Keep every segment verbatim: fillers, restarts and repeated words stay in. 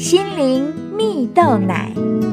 心灵蜜豆奶。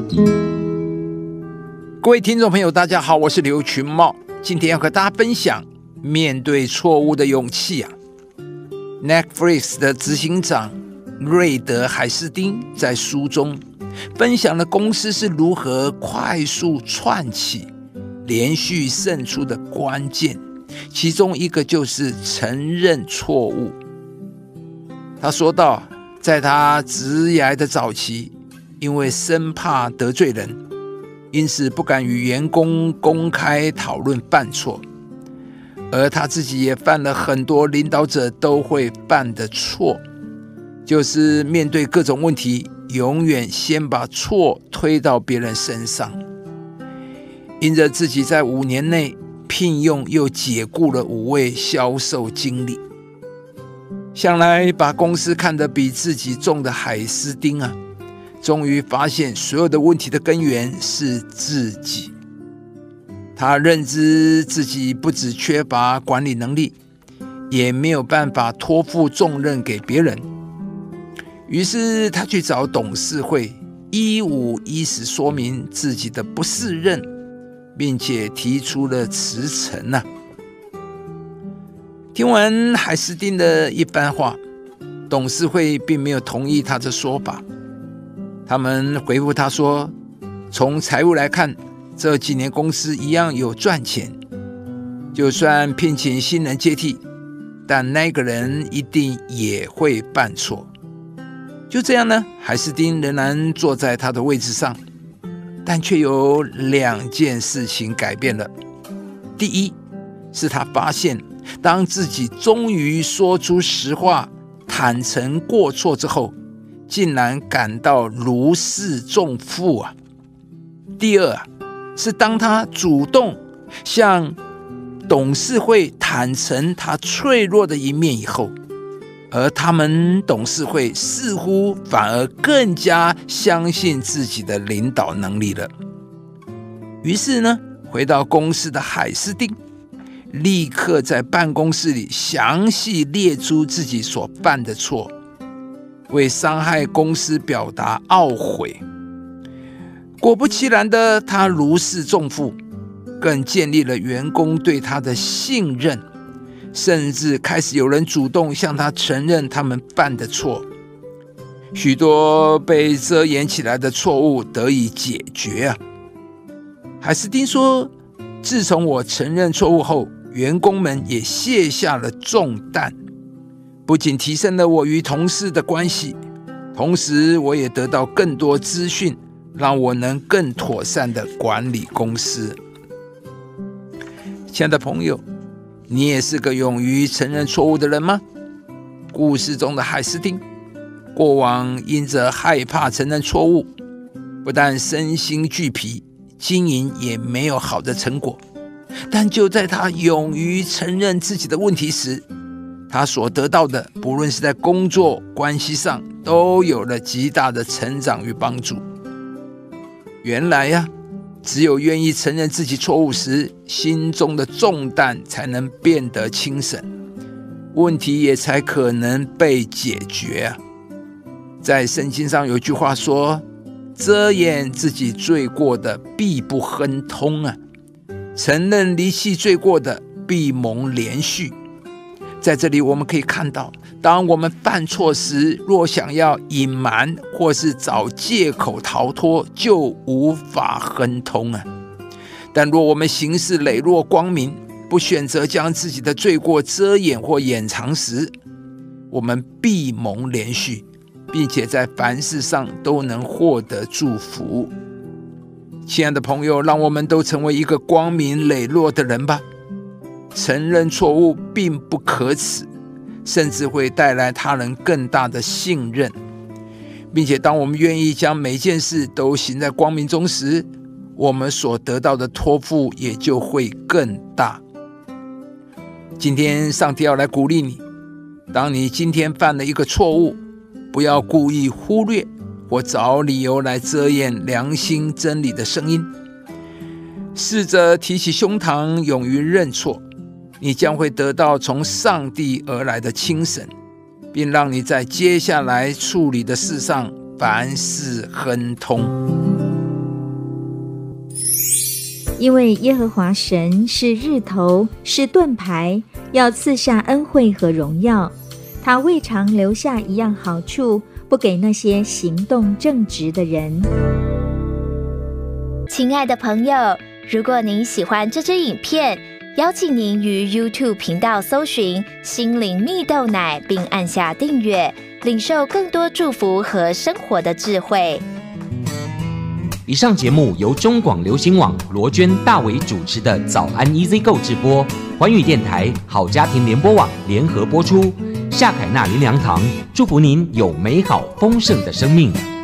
各位听众朋友大家好，我是刘群茂，今天要和大家分享面对错误的勇气啊。Netflix 的执行长瑞德海斯汀在书中分享了公司是如何快速窜起、连续胜出的关键，其中一个就是承认错误。他说到，在他职涯的早期，因为生怕得罪人，因此不敢与员工公开讨论犯错，而他自己也犯了很多领导者都会犯的错，就是面对各种问题，永远先把错推到别人身上。因着自己在五年内聘用又解雇了五位销售经理，向来把公司看得比自己重的海斯汀啊，终于发现所有的问题的根源是自己。他认知自己不只缺乏管理能力，也没有办法托付重任给别人。于是他去找董事会，一五一十说明自己的不适任，并且提出了辞呈啊。听完海斯汀的一番话，董事会并没有同意他的说法。他们回复他说，从财务来看，这几年公司一样有赚钱，就算聘请新人接替，但那个人一定也会犯错。就这样呢，海斯汀仍然坐在他的位置上，但却有两件事情改变了。第一，是他发现当自己终于说出实话，坦诚过错之后，竟然感到如释重负啊。第二啊，是当他主动向董事会坦诚他脆弱的一面以后，而他们董事会似乎反而更加相信自己的领导能力了。于是呢，回到公司的海斯汀立刻在办公室里详细列出自己所犯的错，为伤害公司表达懊悔。果不其然的，他如释重负，更建立了员工对他的信任，甚至开始有人主动向他承认他们犯的错。许多被遮掩起来的错误得以解决啊。海斯汀说，自从我承认错误后，员工们也卸下了重担，不仅提升了我与同事的关系，同时我也得到更多资讯，让我能更妥善地管理公司。亲爱的朋友，你也是个勇于承认错误的人吗？故事中的海斯汀，过往因着害怕承认错误，不但身心俱疲，经营也没有好的成果。但就在他勇于承认自己的问题时，他所得到的，不论是在工作关系上，都有了极大的成长与帮助。原来呀、啊，只有愿意承认自己错误时，心中的重担才能变得轻省，问题也才可能被解决啊。在圣经上有句话说，遮掩自己罪过的必不亨通啊，承认离弃罪过的必蒙怜恤。在这里我们可以看到，当我们犯错时，若想要隐瞒或是找借口逃脱，就无法亨通啊。但若我们行事磊落光明，不选择将自己的罪过遮掩或掩藏时，我们必蒙怜恤，并且在凡事上都能获得祝福。亲爱的朋友，让我们都成为一个光明磊落的人吧。承认错误并不可耻，甚至会带来他人更大的信任，并且当我们愿意将每件事都行在光明中时，我们所得到的托付也就会更大。今天上帝要来鼓励你，当你今天犯了一个错误，不要故意忽略或找理由来遮掩良心真理的声音，试着提起胸膛，勇于认错，你将会得到从上帝而来的轻省，并让你在接下来处理的事上凡事亨通。 因为耶和华神是日头，是盾牌，要赐下恩惠和荣耀。他未尝留下一样好处，不给那些行动正直的人。 亲爱的朋友，如果您喜欢这支影片，邀请您于 YouTube 频道搜寻心灵蜜豆奶，并按下订阅，领受更多祝福和生活的智慧。 以上节目由中广流行网罗娟、大伟主持的早安 E Z 购直播，环宇电台好家庭联播网联合播出。夏凯纳林良堂祝福您有美好丰盛的生命。